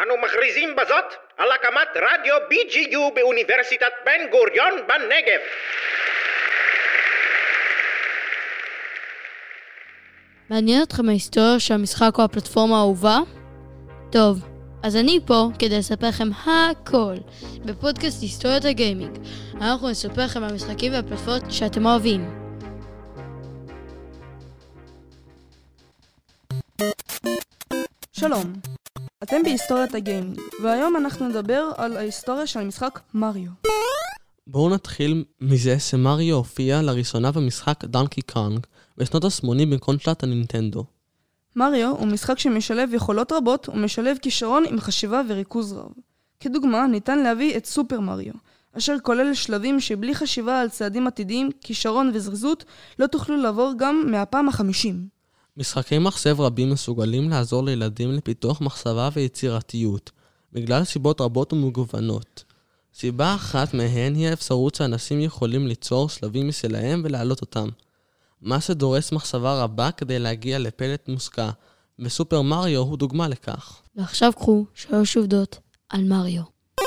אנו מכריזים בזאת על הקמת רדיו BGU באוניברסיטת בן גוריון בנגב. מעניין אתכם ההיסטוריה של המשחק או הפלטפורמה האהובה? טוב, אז אני פה כדי לספר לכם הכל. בפודקאסט היסטוריית הגיימינג אנחנו נספר לכם על המשחקים והפלטפורמות שאתם אוהבים. שלום, אתם בהיסטוריית הגיימינג, והיום אנחנו נדבר על ההיסטוריה של המשחק מריו. בואו נתחיל מזה שמריו הופיע לראשונה במשחק דונקי קונג בשנות ה-80 בקונסולת הנינטנדו. מריו הוא משחק שמשלב יכולות רבות ומשלב כישרון עם חשיבה וריכוז רב. כדוגמה, ניתן להביא את סופר מריו, אשר כולל שלבים שבלי חשיבה על צעדים עתידיים, כישרון וזריזות לא תוכלו לעבור גם מהפעם ה-50. משחקי מחשב רבים מסוגלים לעזור לילדים לפיתוח מחשבה ויצירתיות, בגלל סיבות רבות ומגוונות. סיבה אחת מהן היא האפשרות שאנשים יכולים ליצור שלבים משלהם ולהעלות אותם. מה שדורש מחשבה רבה כדי להגיע לפלט מושקע, וסופר מריו הוא דוגמה לכך. ועכשיו קחו 3 עובדות על מריו.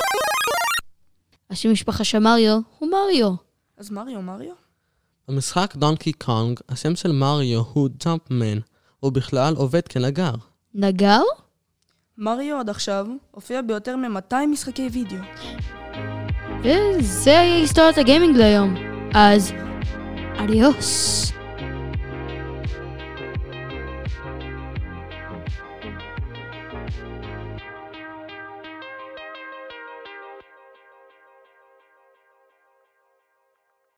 השם משפחה של מריו הוא מריו. אז מריו? במשחק דונקי קונג, השם של מריו הוא ג'אמפמן, הוא בכלל עובד כנגר. נגר? מריו עד עכשיו הופיע ביותר מ-200 משחקי וידאו. וזה היסטוריית הגיימינג להיום. אז, אדיוס.